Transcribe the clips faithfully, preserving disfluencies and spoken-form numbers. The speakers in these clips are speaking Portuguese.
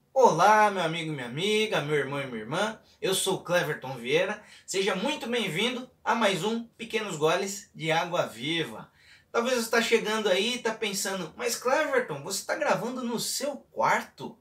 Olá, meu amigo e minha amiga, meu irmão e minha irmã. Eu sou Cleverton Vieira. Seja muito bem-vindo a mais um Pequenos Goles de Água Viva. Talvez você está chegando aí e está pensando, mas Cleverton, você está gravando no seu quarto?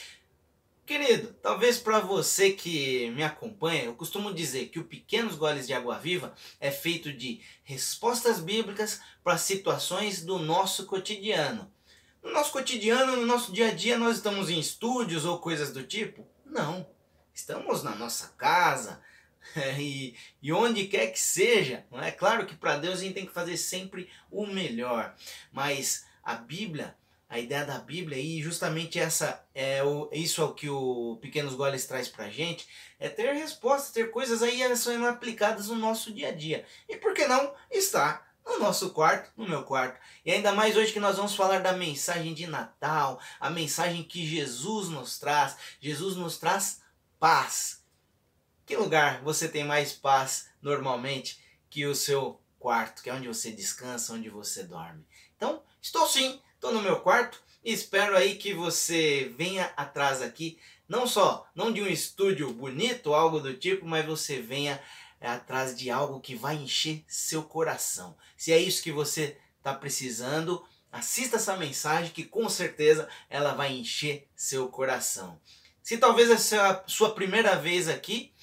Querido, talvez para você que me acompanha, eu costumo dizer que o Pequenos Goles de Água Viva é feito de respostas bíblicas para situações do nosso cotidiano. No nosso cotidiano, no nosso dia a dia, nós estamos em estúdios ou coisas do tipo? Não. Estamos na nossa casa e, e onde quer que seja. Não é claro que para Deus a gente tem que fazer sempre o melhor. Mas a Bíblia, a ideia da Bíblia, e justamente essa é o, isso é o que o Pequenos Goles traz para a gente, é ter respostas, ter coisas aí sendo aplicadas no nosso dia a dia. E por que não estar no nosso quarto, no meu quarto. E ainda mais hoje que nós vamos falar da mensagem de Natal, a mensagem que Jesus nos traz. Jesus nos traz paz. Que lugar você tem mais paz normalmente que o seu quarto, que é onde você descansa, onde você dorme? Então, estou sim, estou no meu quarto e espero aí que você venha atrás aqui, não só, não de um estúdio bonito, algo do tipo, mas você venha é atrás de algo que vai encher seu coração. Se é isso que você está precisando, assista essa mensagem que com certeza ela vai encher seu coração. Se talvez essa é a sua primeira vez aqui,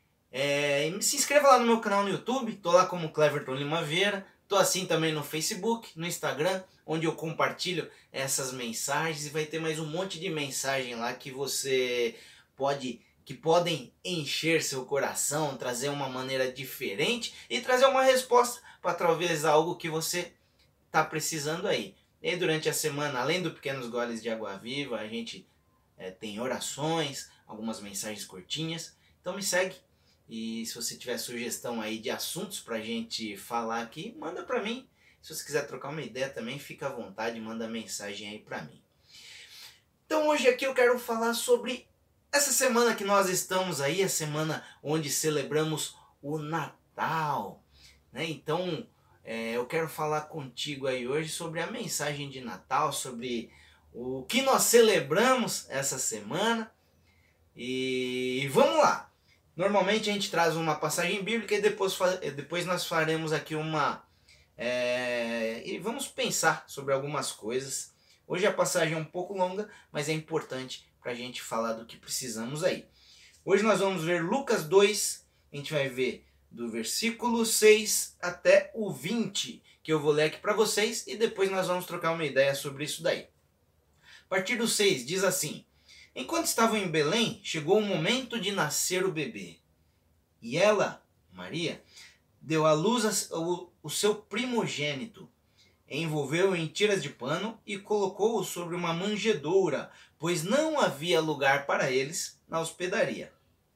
é, se inscreva lá no meu canal no YouTube, estou lá como Cleverton Lima Vieira, estou assim também no Facebook, no Instagram, onde eu compartilho essas mensagens e vai ter mais um monte de mensagem lá que você pode que podem encher seu coração, trazer uma maneira diferente e trazer uma resposta para talvez algo que você está precisando aí. E aí, durante a semana, além do Pequenos Goles de Água Viva, a gente é, tem orações, algumas mensagens curtinhas. Então me segue e se você tiver sugestão aí de assuntos para a gente falar aqui, manda para mim. Se você quiser trocar uma ideia também, fica à vontade, manda mensagem aí para mim. Então hoje aqui eu quero falar sobre essa semana que nós estamos aí, a semana onde celebramos o Natal, né? Então é, eu quero falar contigo aí hoje sobre a mensagem de Natal, sobre o que nós celebramos essa semana. E vamos lá! Normalmente a gente traz uma passagem bíblica e depois, depois nós faremos aqui uma... É, e vamos pensar sobre algumas coisas. Hoje a passagem é um pouco longa, mas é importante para a gente falar do que precisamos aí. Hoje nós vamos ver Lucas dois, a gente vai ver do versículo seis até o vinte, que eu vou ler aqui para vocês e depois nós vamos trocar uma ideia sobre isso daí. A partir do seis diz assim: enquanto estavam em Belém, chegou o momento de nascer o bebê. E ela, Maria, deu à luz o seu primogênito, envolveu-o em tiras de pano e colocou-o sobre uma manjedoura, pois não havia lugar para eles na hospedaria.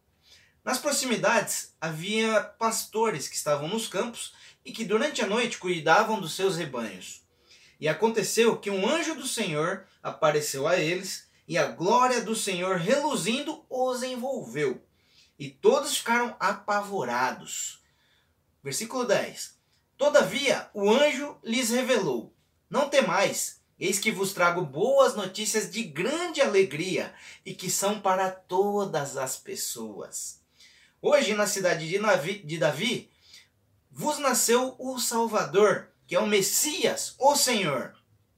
Nas proximidades havia pastores que estavam nos campos e que durante a noite cuidavam dos seus rebanhos. E aconteceu que um anjo do Senhor apareceu a eles e a glória do Senhor reluzindo os envolveu. E todos ficaram apavorados. Versículo dez. Todavia o anjo lhes revelou: não temais, eis que vos trago boas notícias de grande alegria e que são para todas as pessoas. Hoje na cidade de, Navi, de Davi vos nasceu o Salvador, que é o Messias, o Senhor.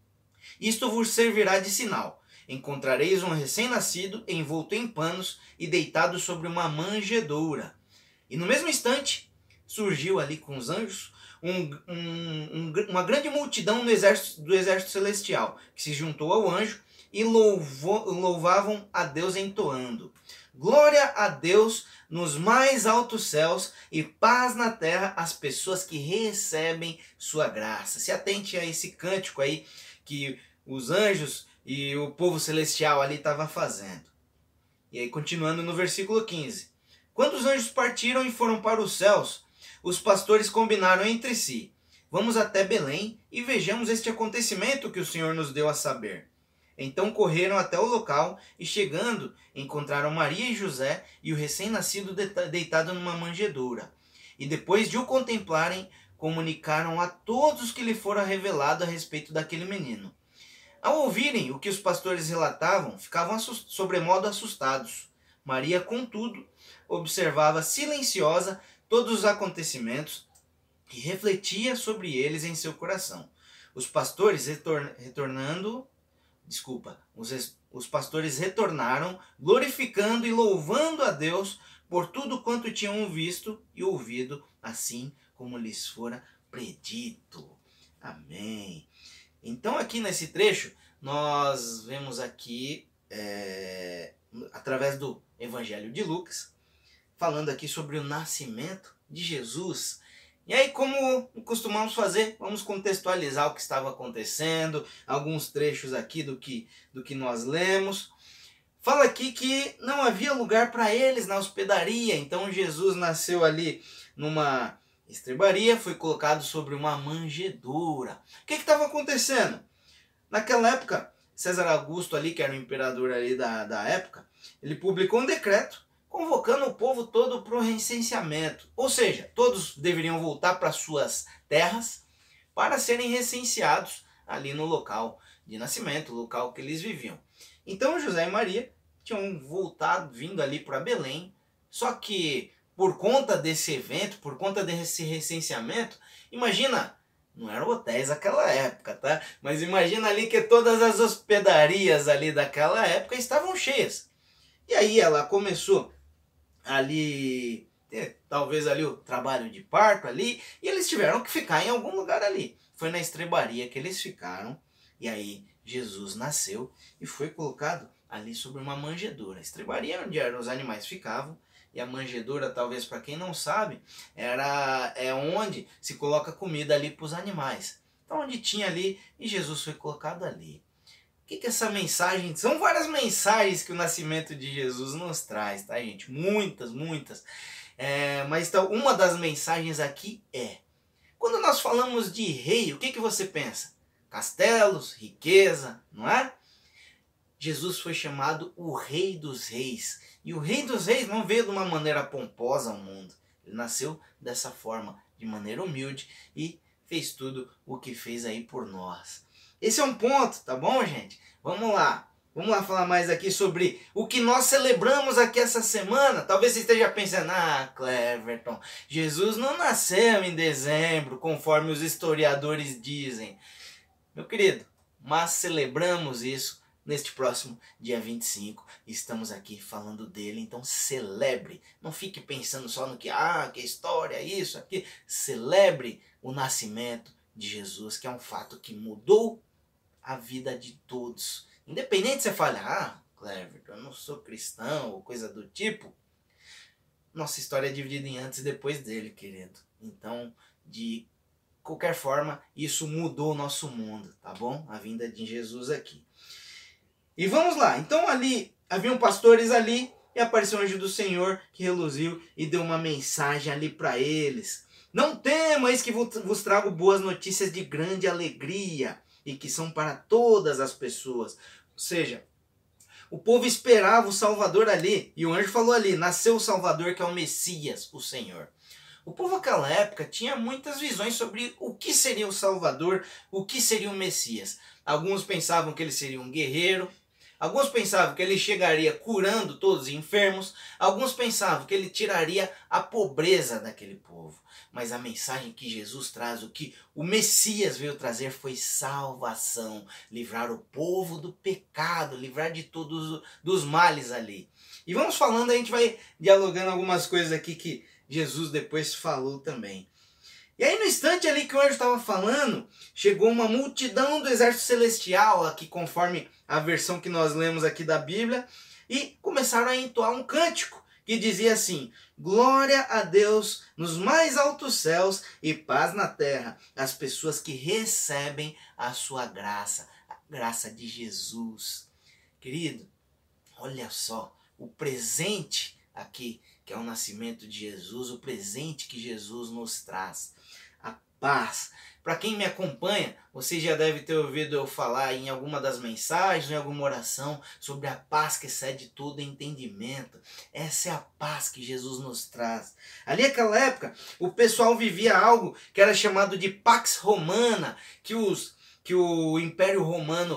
Isto vos servirá de sinal. Encontrareis um recém-nascido envolto em panos e deitado sobre uma manjedoura. E no mesmo instante surgiu ali com os anjos Um, um, uma grande multidão do exército, do exército celestial, que se juntou ao anjo e louvou, louvavam a Deus entoando: glória a Deus nos mais altos céus e paz na terra às pessoas que recebem sua graça. Se atente a esse cântico aí que os anjos e o povo celestial ali estavam fazendo. E aí continuando no versículo quinze. Quando os anjos partiram e foram para os céus, os pastores combinaram entre si: vamos até Belém e vejamos este acontecimento que o Senhor nos deu a saber. Então correram até o local e, chegando, encontraram Maria e José e o recém-nascido deitado numa manjedoura. E depois de o contemplarem, comunicaram a todos que lhe fora revelado a respeito daquele menino. Ao ouvirem o que os pastores relatavam, ficavam assust- sobremodo assustados. Maria, contudo, observava silenciosa todos os acontecimentos e refletia sobre eles em seu coração. Os pastores retor- retornando, desculpa, os, os pastores retornaram, glorificando e louvando a Deus por tudo quanto tinham visto e ouvido, assim como lhes fora predito. Amém. Então aqui nesse trecho, nós vemos aqui, é, através do Evangelho de Lucas, falando aqui sobre o nascimento de Jesus. E aí, como costumamos fazer, vamos contextualizar o que estava acontecendo, alguns trechos aqui do que, do que nós lemos. Fala aqui que não havia lugar para eles na hospedaria, então Jesus nasceu ali numa estrebaria, foi colocado sobre uma manjedoura. O que estava acontecendo? Naquela época, César Augusto ali, que era o imperador ali da, da época, ele publicou um decreto convocando o povo todo para o recenseamento. Ou seja, todos deveriam voltar para suas terras para serem recenseados ali no local de nascimento, o local que eles viviam. Então José e Maria tinham voltado, vindo ali para Belém, só que por conta desse evento, por conta desse recenseamento, imagina, não eram hotéis naquela época, tá? Mas imagina ali que todas as hospedarias ali daquela época estavam cheias. E aí ela começou ali, talvez ali o trabalho de parto ali, e eles tiveram que ficar em algum lugar ali. Foi na estrebaria que eles ficaram, e aí Jesus nasceu e foi colocado ali sobre uma manjedoura. A estrebaria onde os animais ficavam, e a manjedoura, talvez para quem não sabe, era é onde se coloca comida ali para os animais. Então onde tinha ali, e Jesus foi colocado ali. O que que essa mensagem... São várias mensagens que o nascimento de Jesus nos traz, tá, gente? Muitas, muitas. É, mas então, uma das mensagens aqui é... Quando nós falamos de rei, o que que você pensa? Castelos, riqueza, não é? Jesus foi chamado o Rei dos Reis. E o Rei dos Reis não veio de uma maneira pomposa ao mundo. Ele nasceu dessa forma, de maneira humilde, e fez tudo o que fez aí por nós. Esse é um ponto, tá bom, gente? Vamos lá. Vamos lá falar mais aqui sobre o que nós celebramos aqui essa semana. Talvez você esteja pensando, ah, Cleverton, Jesus não nasceu em dezembro, conforme os historiadores dizem. Meu querido, mas celebramos isso neste próximo dia vinte e cinco. Estamos aqui falando dele, então celebre. Não fique pensando só no que, ah, que história, isso, aqui. Celebre o nascimento de Jesus, que é um fato que mudou a vida de todos. Independente de você falar, ah, Cleverton, eu não sou cristão, ou coisa do tipo. Nossa história é dividida em antes e depois dele, querido. Então, de qualquer forma, isso mudou o nosso mundo, tá bom? A vinda de Jesus aqui. E vamos lá. Então ali, haviam pastores ali, e apareceu o anjo do Senhor que reluziu e deu uma mensagem ali para eles. Não temais que vos trago boas notícias de grande alegria, e que são para todas as pessoas. Ou seja, o povo esperava o Salvador ali, e o anjo falou ali, nasceu o Salvador, que é o Messias, o Senhor. O povo naquela época tinha muitas visões sobre o que seria o Salvador, o que seria o Messias. Alguns pensavam que ele seria um guerreiro, alguns pensavam que ele chegaria curando todos os enfermos, alguns pensavam que ele tiraria a pobreza daquele povo. Mas a mensagem que Jesus traz, o que o Messias veio trazer foi salvação, livrar o povo do pecado, livrar de todos os males ali. E vamos falando, a gente vai dialogando algumas coisas aqui que Jesus depois falou também. E aí no instante ali que o anjo estava falando, chegou uma multidão do exército celestial, aqui conforme a versão que nós lemos aqui da Bíblia, e começaram a entoar um cântico que dizia assim: glória a Deus nos mais altos céus e paz na terra, as pessoas que recebem a sua graça, a graça de Jesus. Querido, olha só, o presente aqui, que é o nascimento de Jesus, o presente que Jesus nos traz, a paz. Para quem me acompanha, você já deve ter ouvido eu falar em alguma das mensagens, em alguma oração, sobre a paz que excede todo entendimento. Essa é a paz que Jesus nos traz. Ali naquela época, o pessoal vivia algo que era chamado de Pax Romana, que, os, que o Império Romano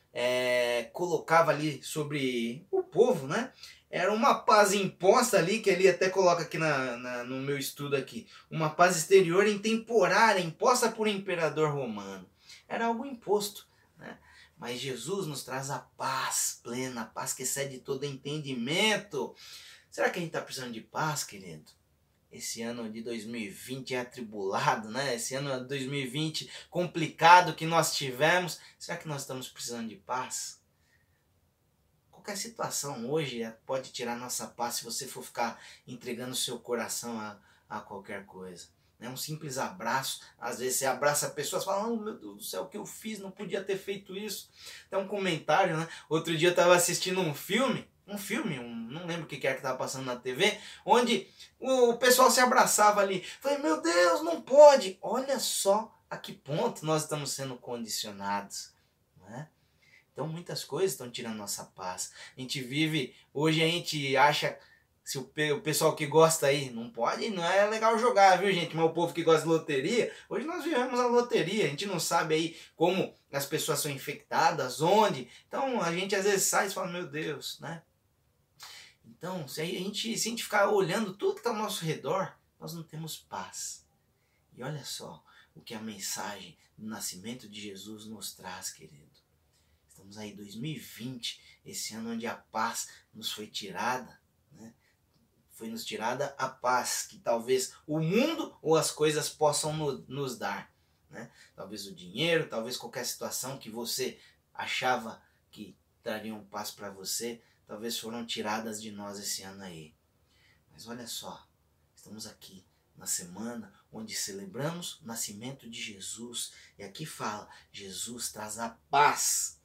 é, colocava ali sobre o povo, né? Era uma paz imposta ali, que ele até coloca aqui na, na, no meu estudo aqui. Uma paz exterior intemporária, imposta por um imperador romano. Era algo imposto, né? Mas Jesus nos traz a paz plena, a paz que excede todo entendimento. Será que a gente está precisando de paz, querido? Esse ano de dois mil e vinte é atribulado, né? Esse ano de dois mil e vinte complicado que nós tivemos. Será que nós estamos precisando de paz? Qualquer situação hoje pode tirar nossa paz se você for ficar entregando seu coração a, a qualquer coisa. Né? Um simples abraço, às vezes você abraça pessoas e fala, oh, meu Deus do céu, o que eu fiz? Não podia ter feito isso. Tem um comentário, né? Outro dia eu estava assistindo um filme, um filme, um, não lembro o que era que estava passando na T V, onde o pessoal se abraçava ali. Falei, meu Deus, não pode. Olha só a que ponto nós estamos sendo condicionados, né? Então muitas coisas estão tirando nossa paz. A gente vive, hoje a gente acha, se o, o pessoal que gosta aí, não pode, não é legal jogar, viu gente? Mas o povo que gosta de loteria, hoje nós vivemos a loteria, a gente não sabe aí como as pessoas são infectadas, onde. Então a gente às vezes sai e fala, meu Deus, né? Então se a gente, se a gente ficar olhando tudo que está ao nosso redor, nós não temos paz. E olha só o que a mensagem do nascimento de Jesus nos traz, querido. Estamos aí em dois mil e vinte, esse ano onde a paz nos foi tirada, né? Foi nos tirada a paz que talvez o mundo ou as coisas possam no, nos dar, né? Talvez o dinheiro, talvez qualquer situação que você achava que trariam paz para você, talvez foram tiradas de nós esse ano aí. Mas olha só, estamos aqui na semana onde celebramos o nascimento de Jesus. E aqui fala, Jesus traz a paz.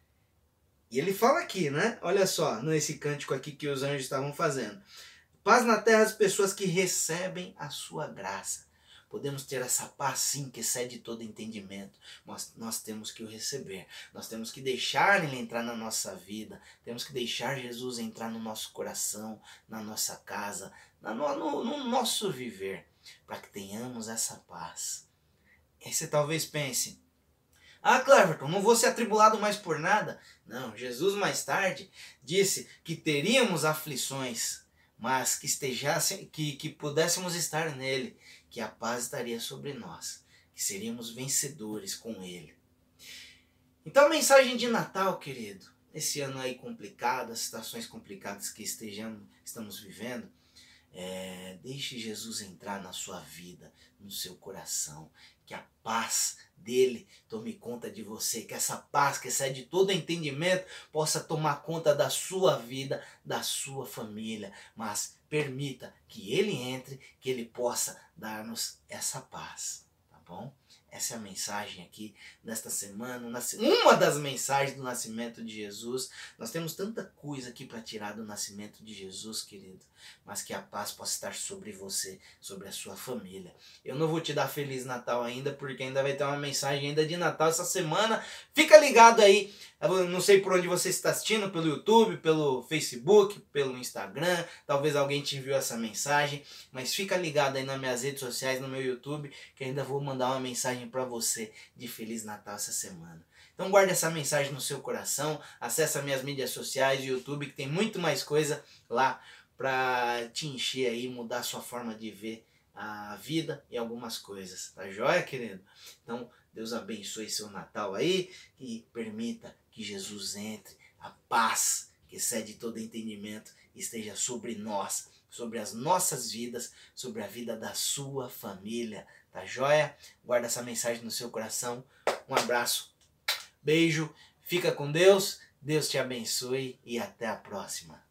E ele fala aqui, né? Olha só, nesse cântico aqui que os anjos estavam fazendo. Paz na terra às pessoas que recebem a sua graça. Podemos ter essa paz sim que excede todo entendimento. Mas nós temos que o receber. Nós temos que deixar ele entrar na nossa vida. Temos que deixar Jesus entrar no nosso coração, na nossa casa, no, no, no nosso viver. Para que tenhamos essa paz. E você talvez pense, ah, Cleverton, não vou ser atribulado mais por nada. Não, Jesus mais tarde disse que teríamos aflições, mas que, estejasse, que, que pudéssemos estar nele, que a paz estaria sobre nós, que seríamos vencedores com ele. Então a mensagem de Natal, querido, esse ano aí complicado, as situações complicadas que estejamos, estamos vivendo, É, deixe Jesus entrar na sua vida, no seu coração, que a paz dele tome conta de você, que essa paz que excede todo entendimento possa tomar conta da sua vida, da sua família, mas permita que ele entre, que ele possa dar-nos essa paz, tá bom? Essa é a mensagem aqui desta semana, uma das mensagens do nascimento de Jesus. Nós temos tanta coisa aqui para tirar do nascimento de Jesus, querido, mas que a paz possa estar sobre você, sobre a sua família. Eu não vou te dar Feliz Natal ainda, porque ainda vai ter uma mensagem ainda de Natal essa semana. Fica ligado aí, eu não sei por onde você está assistindo, pelo YouTube, pelo Facebook, pelo Instagram, talvez alguém te enviou essa mensagem, mas fica ligado aí nas minhas redes sociais, no meu YouTube, que ainda vou mandar uma mensagem para você de Feliz Natal essa semana. Então guarde essa mensagem no seu coração, acessa minhas mídias sociais, o YouTube, que tem muito mais coisa lá para te encher aí, mudar a sua forma de ver a vida e algumas coisas. Tá joia, querido? Então Deus abençoe seu Natal aí e permita que Jesus entre, a paz que excede todo entendimento esteja sobre nós, sobre as nossas vidas, sobre a vida da sua família. Tá joia? Guarda essa mensagem no seu coração. Um abraço, beijo, fica com Deus, Deus te abençoe e até a próxima.